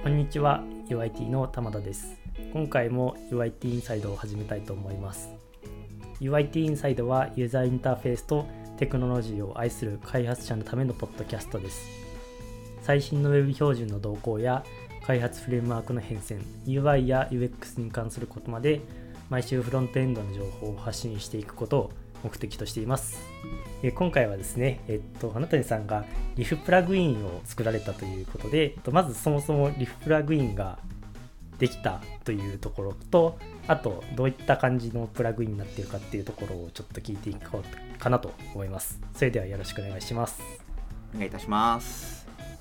こんにちは、UIT の玉田です。今回も UIT インサイドを始めたいと思います。UIT インサイドはユーザーインターフェースとテクノロジーを愛する開発者のためのポッドキャストです。最新の Web 標準の動向や開発フレームワークの変遷、UI や UX に関することまで毎週フロントエンドの情報を発信していくことを目的としています。今回はですね、花谷さんがリフプラグインを作られたということで、まずそもそもリフプラグインができたというところと、あとどういった感じのプラグインになっているかっていうところをちょっと聞いていこうかなと思います。それではよろしくお願いします。 お願いいたします。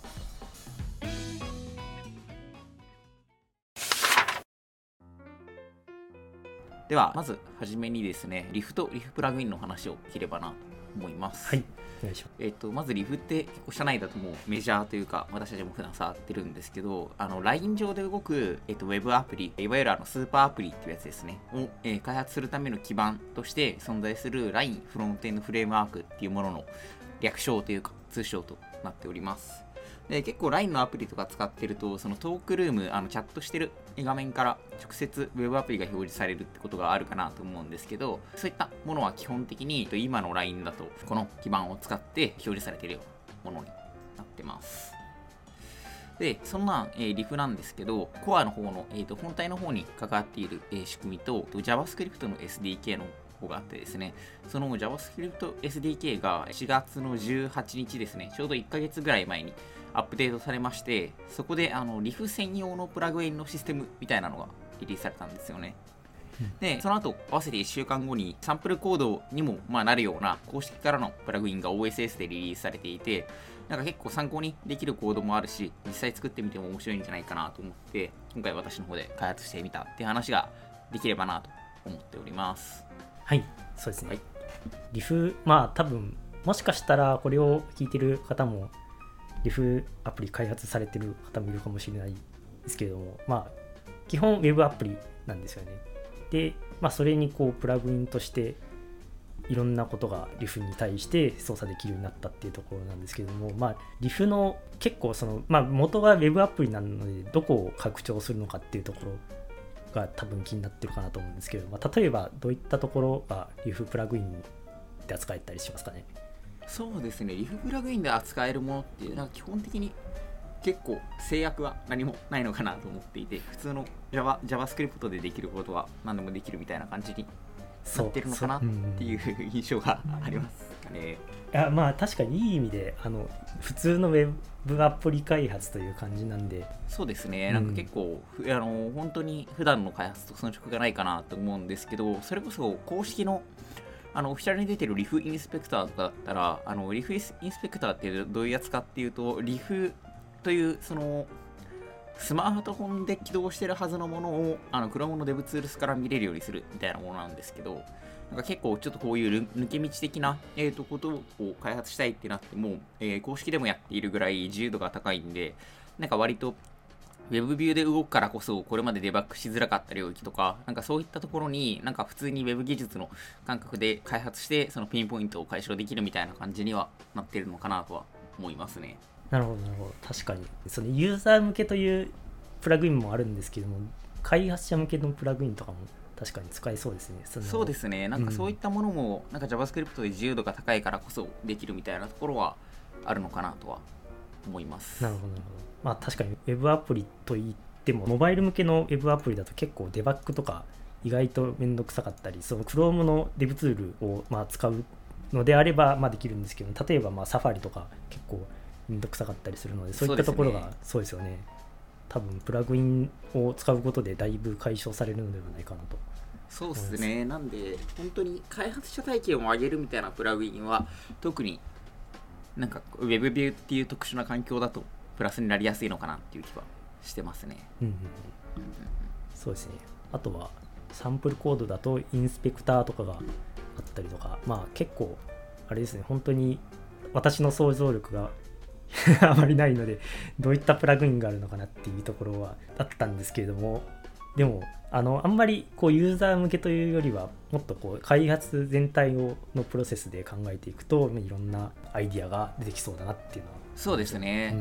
ではまずはじめにですね、リフとリフプラグインの話をできればなと思います。 はい、お願いします。 まずリフって結構社内だともうメジャーというか、私たちも普段触ってるんですけど、LINE 上で動く、ウェブアプリ、いわゆるスーパーアプリっていうやつですねを、開発するための基盤として存在する LINE フロントエンドフレームワークっていうものの略称というか通称となっております。で結構 LINE のアプリとか使ってると、そのトークルーム、チャットしてる画面から直接 Web アプリが表示されるってことがあるかなと思うんですけど、そういったものは基本的に今の LINE だとこの基盤を使って表示されているようなものになってます。でそんな、リフなんですけど、コアの方の、本体の方に関わっている、仕組みと JavaScript の SDK の方があってですね、その JavaScript SDK が4月の18日ですね、ちょうど1ヶ月ぐらい前にアップデートされまして、そこでリフ専用のプラグインのシステムみたいなのがリリースされたんですよね。でその後合わせて1週間後にサンプルコードにもなるような公式からのプラグインが OSS でリリースされていて、なんか結構参考にできるコードもあるし、実際作ってみても面白いんじゃないかなと思って、今回私の方で開発してみたっていう話ができればなと思っております。 はい、そうですね。はい、リフ、多分もしかしたらこれを聞いてる方もリフアプリ開発されてる方もいるかもしれないですけれども、基本 Web アプリなんですよね。で、それにプラグインとしていろんなことがリフに対して操作できるようになったっていうところなんですけれども、リフの結構元が Web アプリなので、どこを拡張するのかっていうところが多分気になってるかなと思うんですけど、例えばどういったところがリフプラグインで扱えたりしますかね。 そうですね、リフプラグインで扱えるものっていうのは基本的に結構制約は何もないのかなと思っていて、普通の JavaScript でできることは何でもできるみたいな感じになってるのかなっていう印象がありますかね。 いや、確かにいい意味で普通の Web アプリ開発という感じなんで、 そうですね、なんか結構、本当に普段の開発と遜色がないかなと思うんですけど、それこそ公式のオフィシャルに出てるリフインスペクターとかだったら、リフインスペクターってどういうやつかっていうと、リフというそのスマートフォンで起動してるはずのものをChromeのデブツールスから見れるようにするみたいなものなんですけど、なんか結構ちょっとこういう抜け道的な、ことを開発したいってなっても、公式でもやっているぐらい自由度が高いんで、なんか割とウェブビューで動くからこそこれまでデバッグしづらかった領域とか、なんかそういったところになんか普通にウェブ技術の感覚で開発してそのピンポイントを解消できるみたいな感じにはなってるのかなとは思いますね。 なるほどなるほど。確かにそのユーザー向けというプラグインもあるんですけども、開発者向けのプラグインとかも確かに使えそうですね。 そうですね、なんかそういったものも、なんか JavaScript で自由度が高いからこそできるみたいなところはあるのかなとは思います。 なるほどなるほど。確かに Web アプリといってもモバイル向けの Web アプリだと結構デバッグとか意外とめんどくさかったり、その Chrome のデブツールを使うのであればできるんですけど、例えばSafari とか結構めんどくさかったりするので、そういったところがそうですよね。多分プラグインを使うことでだいぶ解消されるのではないかなと。 そうですね、なんで本当に開発者体験を上げるみたいなプラグインは特になんか Web ビューっていう特殊な環境だとプラスになりやすいのかなっていう気はしてますね。 そうですね。あとはサンプルコードだとインスペクターとかがあったりとか、結構あれですね、本当に私の想像力があまりないのでどういったプラグインがあるのかなっていうところはあったんですけれども、でもあんまりユーザー向けというよりはもっと開発全体のプロセスで考えていくといろんなアイディアが出てきそうだなっていうのは。 そうですね、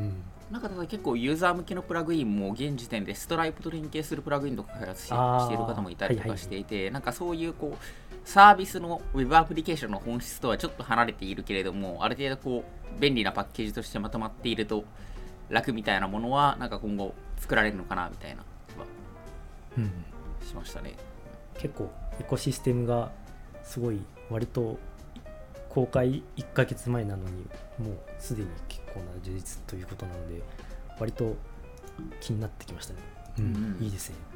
なんかだから結構ユーザー向けのプラグインも現時点でストライプと連携するプラグインとか開発している方もいたりとかしていて、なんかそういうこうサービスのウェブアプリケーションの本質とはちょっと離れているけれども、ある程度こう便利なパッケージとしてまとまっていると楽みたいなものはなんか今後作られるのかなみたいな気はしましたね。 結構エコシステムがすごい割と公開1ヶ月前なのにもうすでに結構な充実ということなので割と気になってきましたね。いいですね。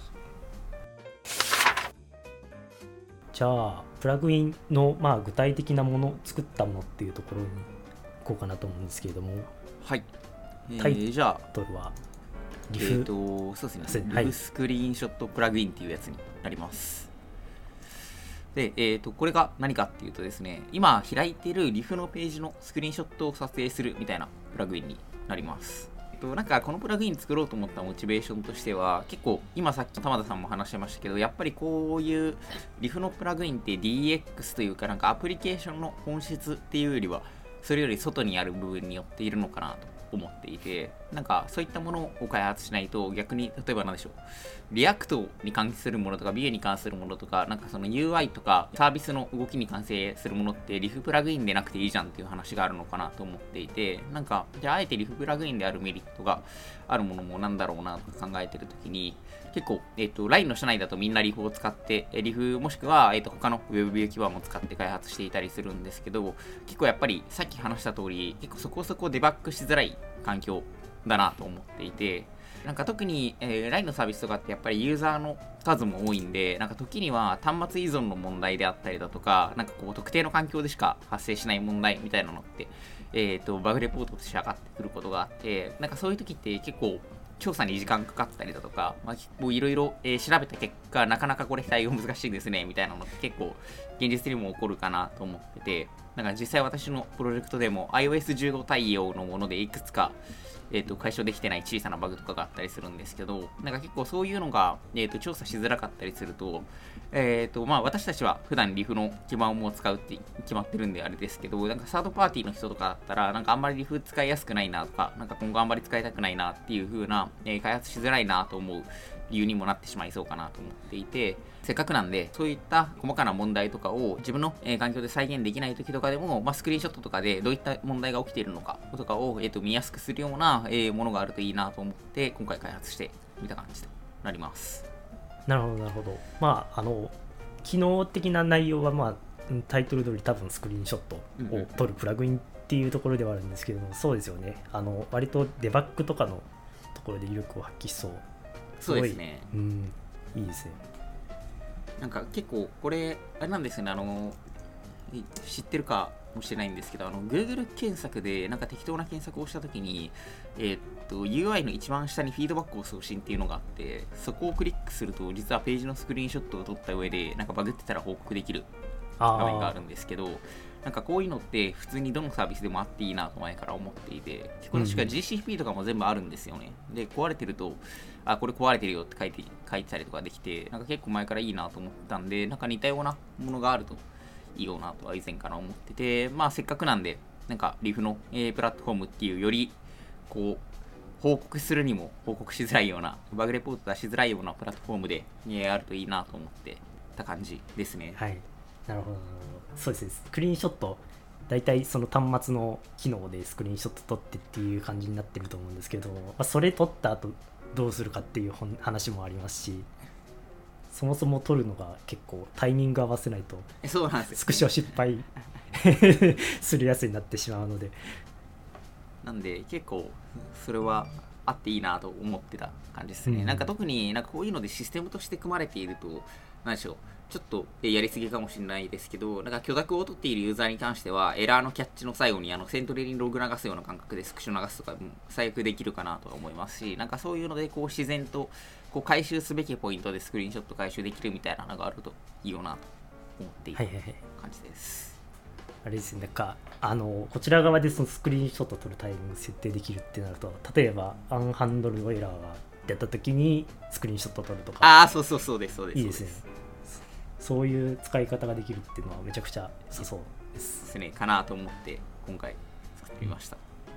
じゃあプラグインの具体的なもの作ったものっていうところに行こうかなと思うんですけれども、 はい、 タイじゃあトルはリフ、そうですね、リフスクリーンショットプラグインっていうやつになります。で、これが何かっていうとですね、今開いているリフのページのスクリーンショットを撮影するみたいなプラグインになります。なんかこのプラグイン作ろうと思ったモチベーションとしては、結構今さっき玉田さんも話してましたけど、やっぱりこういうリフのプラグインって DX というか、なんかアプリケーションの本質っていうよりは、それより外にある部分によっているのかなと思っていて、なんかそういったものを開発しないと逆に、例えば何でしょう、リアクトに関するものとか Vue に関するものとか、なんかその UI とかサービスの動きに関係するものってリフプラグインでなくていいじゃんっていう話があるのかなと思っていて、なんかじゃああえてリフプラグインであるメリットがあるものもなんだろうなと考えてるときに、結構、LINE の社内だとみんなリフを使って、リフもしくは、他の Web ビュー基盤も使って開発していたりするんですけど、結構やっぱりさっき話した通り、結構そこそこデバッグしづらい環境だなと思っていて、なんか特に、LINE のサービスとかってやっぱりユーザーの数も多いんで、なんか時には端末依存の問題であったりだとか、なんかこう特定の環境でしか発生しない問題みたいなのって、バグレポートとして上がってくることがあって、なんかそういう時って結構調査に時間かかったりだとか、いろいろ調べた結果、なかなかこれ対応難しいですねみたいなのって結構現実にも起こるかなと思ってて、なんか実際私のプロジェクトでも iOS15 対応のものでいくつか解消できてない小さなバグとかがあったりするんですけど、なんか結構そういうのが、調査しづらかったりすると、私たちは普段リフの基盤をもう使うって決まってるんであれですけど、なんかサードパーティーの人とかだったら、なんかあんまりリフ使いやすくないなとか、なんか今後あんまり使いたくないなっていう風な、開発しづらいなと思う理由にもなってしまいそうかなと思っていて、せっかくなんで、そういった細かな問題とかを自分の環境で再現できない時とかでも、スクリーンショットとかでどういった問題が起きているのかとかを、見やすくするような、ものがあるといいなと思って、今回開発してみた感じとなります。 なるほど、なるほど。機能的な内容は、タイトル通り多分スクリーンショットを撮るプラグインっていうところではあるんですけども、そうですよね。割とデバッグとかのところで威力を発揮しそう。 そうですね。 いいですね。 なんか結構これあれなんですよね、知ってるかもしれないんですけど、Google 検索でなんか適当な検索をしたときに、UI の一番下にフィードバックを送信っていうのがあって、そこをクリックすると実はページのスクリーンショットを撮った上でなんかバグってたら報告できる画面があるんですけど、なんかこういうのって普通にどのサービスでもあっていいなと前から思っていて、結構確か GCP とかも全部あるんですよね。で、壊れてると、これ壊れてるよって書いてたりとかできて、なんか結構前からいいなと思ったんで、なんか似たようなものがあるといいよなとは以前から思ってて、せっかくなんで、なんかリフの、プラットフォームっていうより、こう、報告するにも報告しづらいような、バグレポート出しづらいようなプラットフォームで、あるといいなと思ってた感じですね。 はい。なるほど。そうですね。スクリーンショット、大体その端末の機能でスクリーンショット撮ってっていう感じになってると思うんですけど、それ撮った後どうするかっていう話もありますし、そもそも撮るのが結構タイミング合わせないと、 そうなんですよ、 スクショ失敗するやつになってしまうので。 なんで結構それはあっていいなと思ってた感じですね。なんか特になんかこういうのでシステムとして組まれていると、何でしょう、ちょっとやりすぎかもしれないですけど、なんか許諾を取っているユーザーに関してはエラーのキャッチの最後にセントリーにログ流すような感覚でスクショ流すとかも最悪できるかなとは思いますし、なんかそういうのでこう自然とこう回収すべきポイントでスクリーンショット回収できるみたいなのがあるといいよなと思っている感じです。 あれですね、なんかこちら側でそのスクリーンショット撮るタイミング設定できるってなると、例えばアンハンドルエラーがやった時にスクリーンショット撮るとか、 そうです。 いいですね。そういう使い方ができるっていうのはめちゃくちゃ良さそうですねかなと思って今回作ってみました。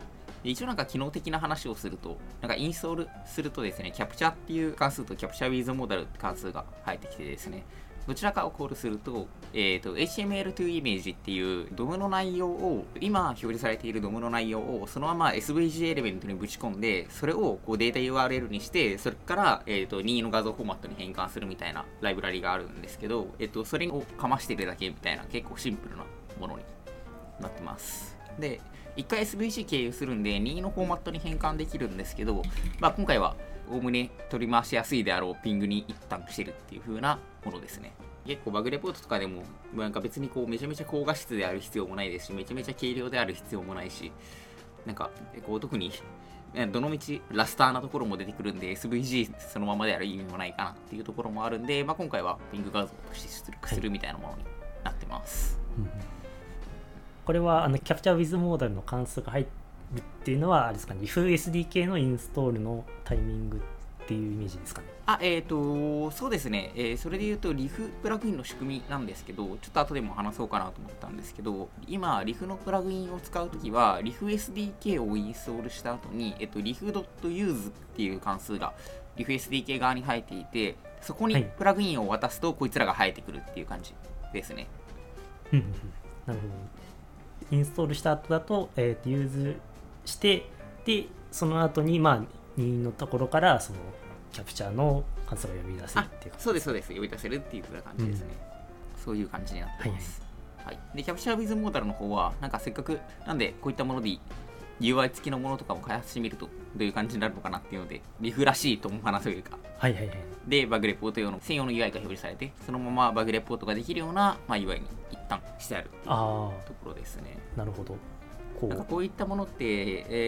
で一応なんか機能的な話をすると、なんかインストールするとですね、キャプチャーっていう関数とキャプチャー with モーダルって関数が入ってきてですね、どちらかをコールすると、HTML to image っていうドムの内容を、今表示されているドムの内容をそのまま SVG エレメントにぶち込んで、それをこうデータ URL にして、それから、任意の画像フォーマットに変換するみたいなライブラリがあるんですけど、それをかましてるだけみたいな結構シンプルなものになってます。で、一回 SVG 経由するんで、任意のフォーマットに変換できるんですけど、まあ、今回はおおむね取り回しやすいであろうピングに一旦してるっていう風なものですね。結構バグレポートとかでも、なんか別にこうめちゃめちゃ高画質である必要もないですし、めちゃめちゃ軽量である必要もないし、なんかこう特にどのみちラスターなところも出てくるんで SVG そのままである意味もないかなっていうところもあるんで、まあ、今回はピング画像として出力するみたいなものになってます。 これはキャプチャー with モーダルの関数が入るっていうのはあれですかね、RIFSDK のインストールのタイミングっていうイメージですかね。 そうですね、それで言うと RIF プラグインの仕組みなんですけど、ちょっと後でも話そうかなと思ったんですけど、今 RIF のプラグインを使うときは RIFSDK をインストールした後に、RIF.use っていう関数が RIFSDK 側に入っていて、そこにプラグインを渡すとこいつらが生えてくるっていう感じですね。 なるほど。インストールした後だと、ユーズして、で、その後に、まあ、任意のところから、その、キャプチャーの関数が呼び出せるっていう感じです。 そうです、そうです。呼び出せるっていう感じですね。そういう感じになってます。はい。で、キャプチャー with モーダルの方は、なんかせっかく、なんで、こういったもので UI 付きのものとかも開発してみると、どういう感じになるのかなっていうので、RIF らしいと思うなというか。で、バグレポート用の専用の UI が表示されて、そのままバグレポートができるような、まあ、UI に一旦してあるっていうところですね。 なるほど。 なんかこういったものって、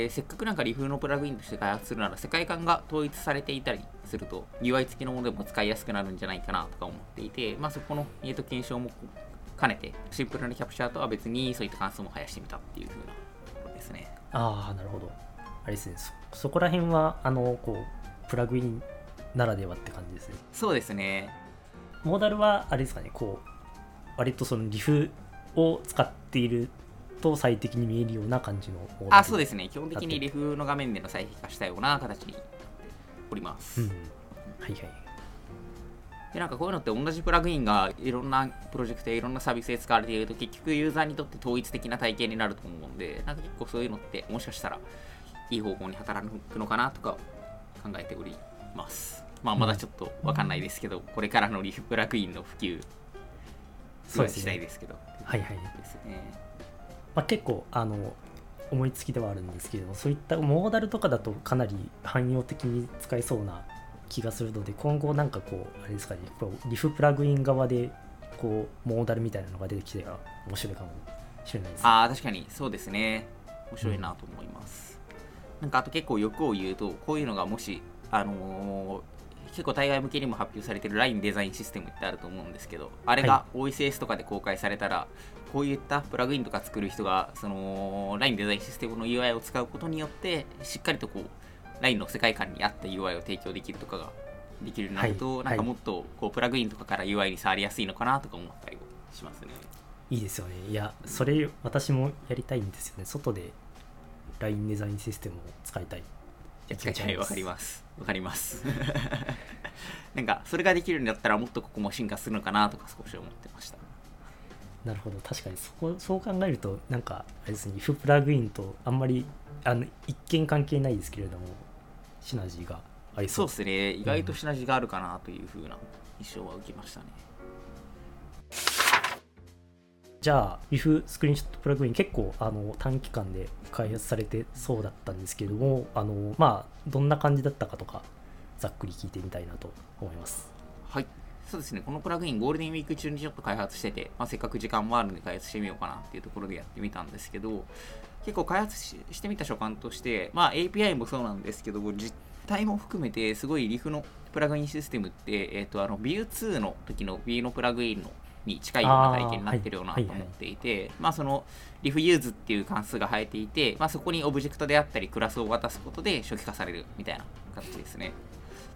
せっかくなんか RIF のプラグインとして開発するなら世界観が統一されていたりすると UI 付きのものでも使いやすくなるんじゃないかなとか思っていて、まあ、そこの検証も兼ねてシンプルなキャプチャーとは別にそういった関数も生やしてみたっていう風なところですね。 なるほど。あれですね、そこら辺はこうプラグインならではって感じですね。 そうですね。 モーダルはあれですかね、こう割とその RIF を使っていると最適に見えるような感じのモーダル。 そうですね。基本的に RIF の画面での最適化したような形になっております。で、なんかこういうのって同じプラグインがいろんなプロジェクトやいろんなサービスで使われていると結局ユーザーにとって統一的な体験になると思うんで、なんか結構そういうのってもしかしたらいい方向に働くのかなとか考えております。まあまだちょっとわかんないですけど、これからの RIF プラグインの普及したいですけど。ですね。 まあ、結構思いつきではあるんですけれども、そういったモーダルとかだとかなり汎用的に使えそうな気がするので、今後なんかこうあれですかね、RIF プラグイン側でこうモーダルみたいなのが出てきてら面白いかもしれないですね。 確かにそうですね。面白いなと思います。なんかあと結構欲を言うと、こういうのがもし結構対外向けにも発表されている LINE デザインシステムってあると思うんですけど、あれが OSS とかで公開されたら、こういったプラグインとか作る人がその LINE デザインシステムの UI を使うことによってしっかりとこう LINE の世界観に合った UI を提供できるとかができるようになると、なんかもっとこうプラグインとかから UI に触りやすいのかなとか思ったりしますね。 いいですよね。いや、それ私もやりたいんですよね。外で LINE デザインシステムを使いたい。 わかりますなんかそれができるんだったらもっとここも進化するのかなとか少し思ってました。 なるほど。確かにそう考えるとなんかあれですね、RIF プラグインとあんまり一見関係ないですけれどもシナジーがありそう。 そうですね。意外とシナジーがあるかなという風な印象は受けましたね。 じゃあ RIF スクリーンショットプラグイン結構短期間で開発されてそうだったんですけれども、まあどんな感じだったかとかざっくり聞いてみたいなと思います。 はい、そうですね。このプラグインゴールデンウィーク中にちょっと開発してて、せっかく時間もあるので開発してみようかなっていうところでやってみたんですけど、結構開発してみた所感として、API もそうなんですけど実態も含めてすごい RIF のプラグインシステムって、Vue2 の時の Vue のプラグインのに近いような体験になってるよなと思っていて、その RIFUse っていう関数が生えていて、そこにオブジェクトであったりクラスを渡すことで初期化されるみたいな形ですね。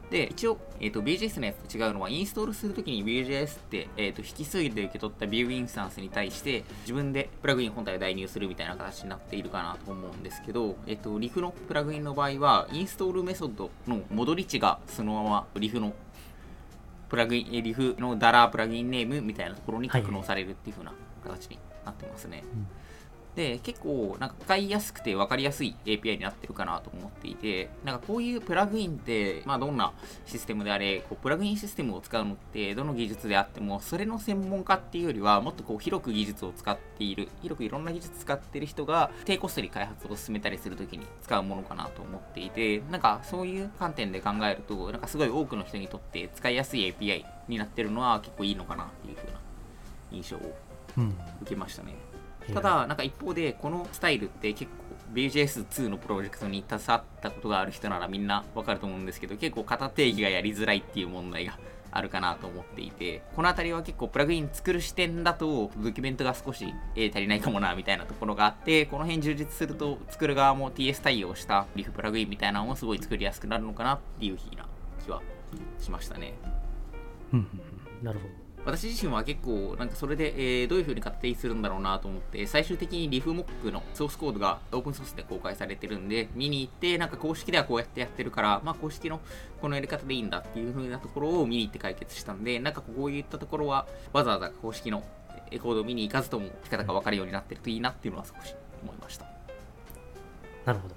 で、一応、Vue.js のやつと違うのは、インストールするときに Vue.jsって、引数で受け取った Vue インスタンスに対して、自分でプラグイン本体を代入するみたいな形になっているかなと思うんですけど、Leaf のプラグインの場合は、インストールメソッドの戻り値がそのまま Leaf のプラグイン、Leaf のダラープラグインネームみたいなところに格納されるっていう風な形になってますね。で、結構なんか使いやすくて分かりやすい API になってるかなと思っていて、なんかこういうプラグインって、まあどんなシステムであれ、こうプラグインシステムを使うのってどの技術であっても、それの専門家っていうよりは、もっとこう広く技術を使っている、広くいろんな技術使っている人が低コストに開発を進めたりするときに使うものかなと思っていて、なんかそういう観点で考えると、なんかすごい多くの人にとって使いやすい API になってるのは結構いいのかなっていう風な印象を受けましたね。ただ、なんか一方で、このスタイルって結構 Vue.js2 のプロジェクトに携わったことがある人ならみんなわかると思うんですけど、結構型定義がやりづらいっていう問題があるかなと思っていて、このあたりは結構プラグイン作る視点だとドキュメントが少し足りないかもなみたいなところがあって、この辺充実すると作る側も TS 対応したリフプラグインみたいなのもすごい作りやすくなるのかなっていう気はしましたね。 なるほど。 私自身は結構なんかそれで、どういう風に勝手にするんだろうなと思って、最終的にリフモックのソースコードがオープンソースで公開されてるんで見に行って、なんか公式ではこうやってやってるから、まあ公式のこのやり方でいいんだっていう風なところを見に行って解決したんで、なんかこういったところはわざわざ公式のコードを見に行かずとも仕方が分かるようになってるといいなっていうのは少し思いました。 なるほ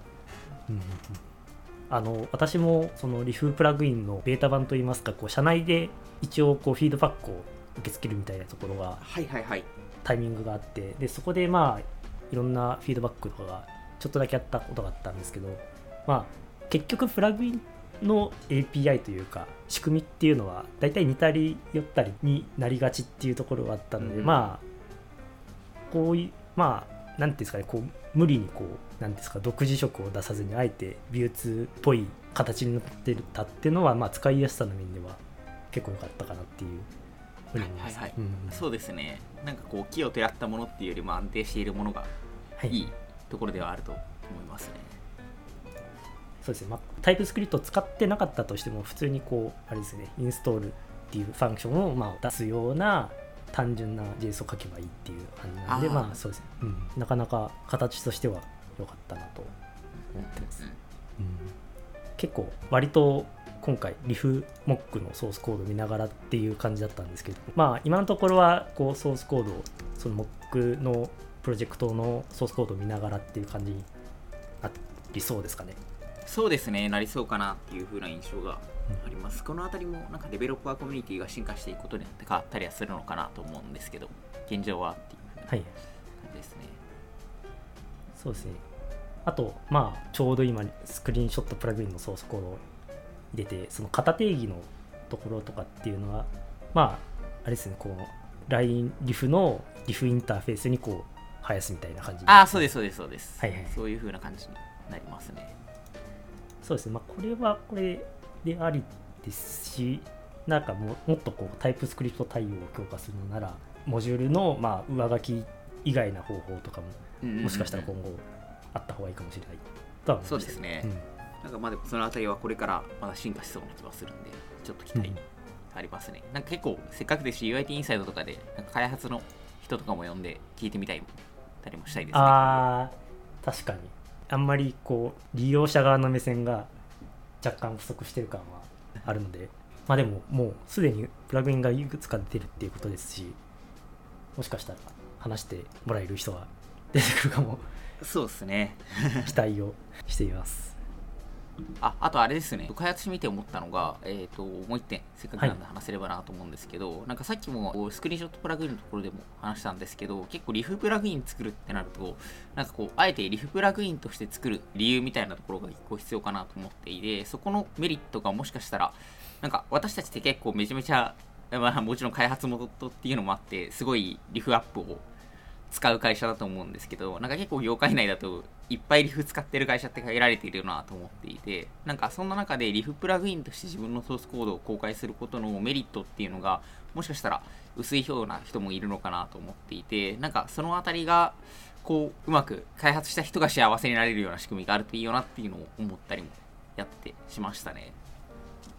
ど。私もそのリフプラグインのベータ版といいますか、こう社内で一応こうフィードバックを受け付けるみたいなところがタイミングがあって、でそこでまあいろんなフィードバックとかがちょっとだけあったことがあったんですけど、まあ結局プラグインの API というか仕組みっていうのはだいたい似たり寄ったりになりがちっていうところがあったので、まあこういうまあなんていうんですかね、こう無理にこうなんですか独自色を出さずにあえてVue2っぽい形になってたっていうのは、まあ使いやすさの面では結構良かったかなっていう。 そうですね。なんかこう木をてらったものっていうよりも安定しているものがいいところではあると思いますね。 そうですね。まあ、タイプスクリプトを使ってなかったとしても普通にこうあれですね、インストールっていうファンクションをまあ出すような単純な JS を書けばいいっていう感じなので、まあそうですね、なかなか形としては良かったなと思ってます。結構割と今回リフモックのソースコードを見ながらっていう感じだったんですけど、まあ今のところはこうソースコードをそのモックのプロジェクトのソースコードを見ながらっていう感じになりそうですかね。 そうですね、なりそうかなっていう風な印象があります。このあたりもなんかデベロッパーコミュニティが進化していくことによって変わったりはするのかなと思うんですけど、現状はっていう感じですね。 そうですね。あとまあちょうど今スクリーンショットプラグインのソースコードを入れて、その型定義のところとかっていうのはまああれですね、こうLINE リフのリフインターフェースにこう生やすみたいな感じ。 そうです。そういう風な感じになりますね。 そうですね。まあこれはこれでありですし、なんかもっとこうタイプスクリプト対応を強化するのならモジュールのまあ上書き以外な方法とかももしかしたら今後あった方がいいかもしれないとは思います。 そうですね。なんかまあでもそのあたりはこれからまだ進化しそうな気はするんで、ちょっと期待ありますね。なんか結構せっかくですし UIT インサイドとかでなんか開発の人とかも呼んで聞いてみたりもしたいですね。 確かにあんまりこう利用者側の目線が若干不足してる感はあるので、まあでももうすでにプラグインがいくつか出てるっていうことですし、もしかしたら話してもらえる人が出てくるかも。 そうですね。 期待をしています。 あとあれですね、開発してみて思ったのが、もう一点せっかくなんで話せればなと思うんですけど、なんかさっきもスクリーンショットプラグインのところでも話したんですけど、結構リフプラグイン作るってなると、なんかこうあえてリフプラグインとして作る理由みたいなところが結構必要かなと思っていて、そこのメリットがもしかしたらなんか私たちって結構めちゃめちゃ、まあ、もちろん開発元っていうのもあってすごいリフアップを使う会社だと思うんですけど、なんか結構業界内だといっぱいリフ使ってる会社って限られているなと思っていて、なんかそんな中でリフプラグインとして自分のソースコードを公開することのメリットっていうのがもしかしたら薄いような人もいるのかなと思っていて、なんかそのあたりがこううまく開発した人が幸せになれるような仕組みがあるといいよなっていうのを思ったりもやってしましたね。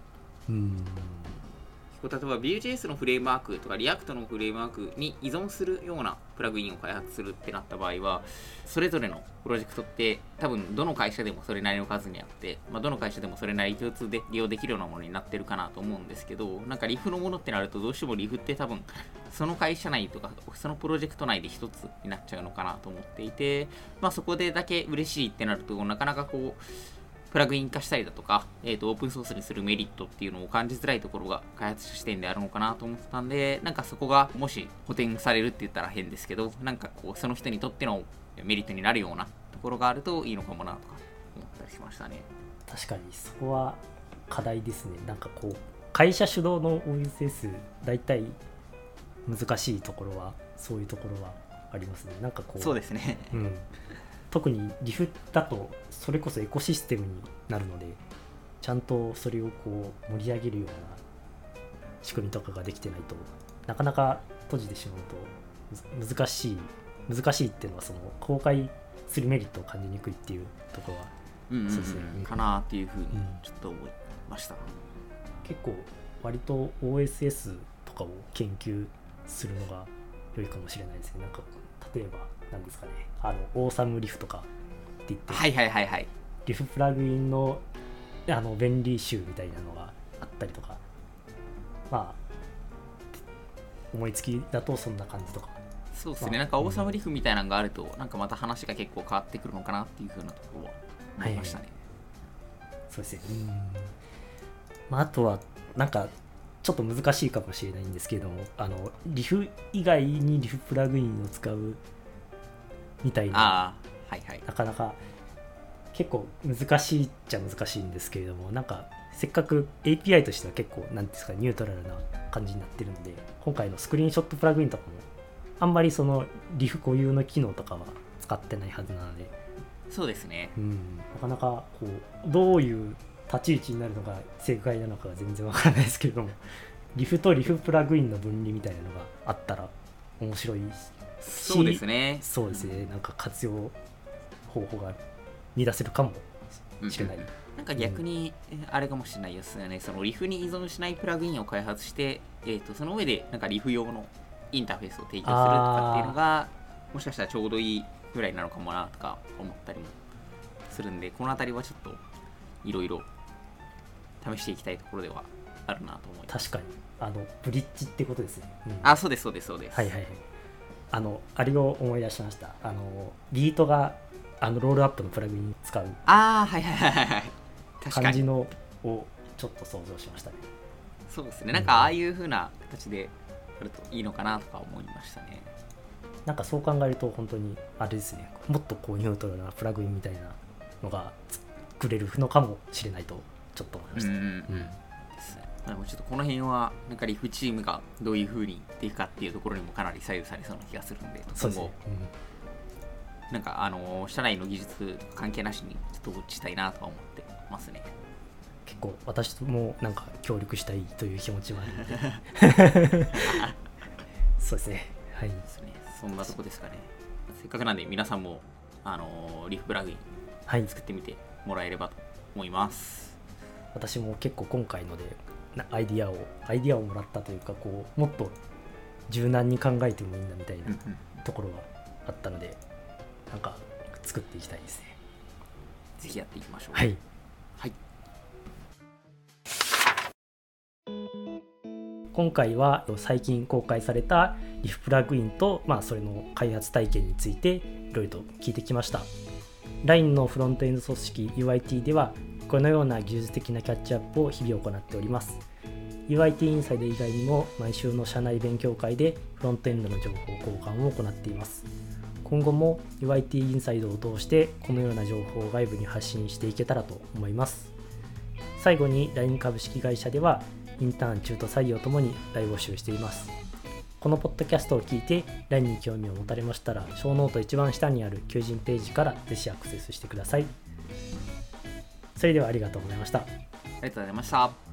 例えば Vue.js のフレームワークとか React のフレームワークに依存するようなプラグインを開発するってなった場合は、それぞれのプロジェクトって多分どの会社でもそれなりの数にあって、どの会社でもそれなりに共通で利用できるようなものになってるかなと思うんですけど、なんかリフのものってなるとどうしてもリフって多分その会社内とかそのプロジェクト内で一つになっちゃうのかなと思っていて、そこでだけ嬉しいってなるとなかなかこうプラグイン化したりだとか、オープンソースにするメリットっていうのを感じづらいところが開発者視点であるのかなと思ってたんで、なんかそこがもし補填されるって言ったら変ですけど、なんかこうその人にとってのメリットになるようなところがあるといいのかもなとか思ったりしましたね。 確かにそこは課題ですね。なんかこう会社主導の OSS 大体難しいところはそういうところはありますね。なんかこうそうですね、 特にリフだとそれこそエコシステムになるので、ちゃんとそれをこう盛り上げるような仕組みとかができてないとなかなか閉じてしまうと難しいっていうのは、その公開するメリットを感じにくいっていうところはそうですね、 かなっていうふうにちょっと思いました。 結構割と OSS とかを研究するのが良いかもしれないですね。なんか例えば何ですかね、オーサムリフとかって言って、リフプラグインの便利集みたいなのがあったりとか、思いつきだとそんな感じとか。 そうですね、なんかオーサムリフみたいなのがあると、なんかまた話が結構変わってくるのかなっていう風なところは思いましたね。 そうですね。あとはなんかちょっと難しいかもしれないんですけれども、リフ以外にリフプラグインを使うみたいな、なかなか結構難しいっちゃ難しいんですけれども、なんかせっかく API としては結構なんですかニュートラルな感じになってるので、今回のスクリーンショットプラグインとかもあんまりそのリフ固有の機能とかは使ってないはずなので、 そうですね、 なかなかこうどういう立ち位置になるのが正解なのかが全然わからないですけれども、リフとリフプラグインの分離みたいなのがあったら面白いし、 そうですね、 なんか活用方法が見出せるかもしれない。 なんか逆にあれかもしれないですよね、そのリフに依存しないプラグインを開発して、その上でなんかリフ用のインターフェースを提供するとかっていうのがもしかしたらちょうどいいぐらいなのかもなとか思ったりもするんで、このあたりはちょっといろいろ試していきたいところではあるなと思います。 確かにブリッジってことですね。 そうです。 あれを思い出しました。ビートがロールアップのプラグイン使う感じのをちょっと想像しましたね。 そうですね、なんかああいう風な形でやるといいのかなとか思いましたね。 なんかそう考えると本当にあれですね、もっとこうニュートラルなプラグインみたいなのが作れるのかもしれないとちょっと思いました。 でもちょっとこの辺はなんかリフチームがどういう風にいっていくかっていうところにもかなり左右されそうな気がするんで、今後なんか社内の技術とか関係なしにちょっとウォッチしたいなとは思ってますね。 結構私もなんか協力したいという気持ちもあるのでそうですね、はい、 そんなとこですかね。せっかくなんで皆さんもリフプラグイン作ってみてもらえればと思います。 私も結構今回のでアイディアをもらったというか、こうもっと柔軟に考えてもいいんだみたいなところがあったので、なんか作っていきたいですね。 ぜひやっていきましょう。 はい、今回は最近公開されたリフプラグインと、それの開発体験についていろいろと聞いてきました。 LINE のフロントエンド組織 UIT ではこのような技術的なキャッチアップを日々行っております。 UIT インサイド以外にも毎週の社内勉強会でフロントエンドの情報交換を行っています。今後も UIT インサイドを通してこのような情報を外部に発信していけたらと思います。最後に LINE 株式会社ではインターン、中途採用ともに大募集しています。このポッドキャストを聞いて LINE に興味を持たれましたら、ショーノート一番下にある求人ページからぜひアクセスしてください。それではありがとうございました。 ありがとうございました。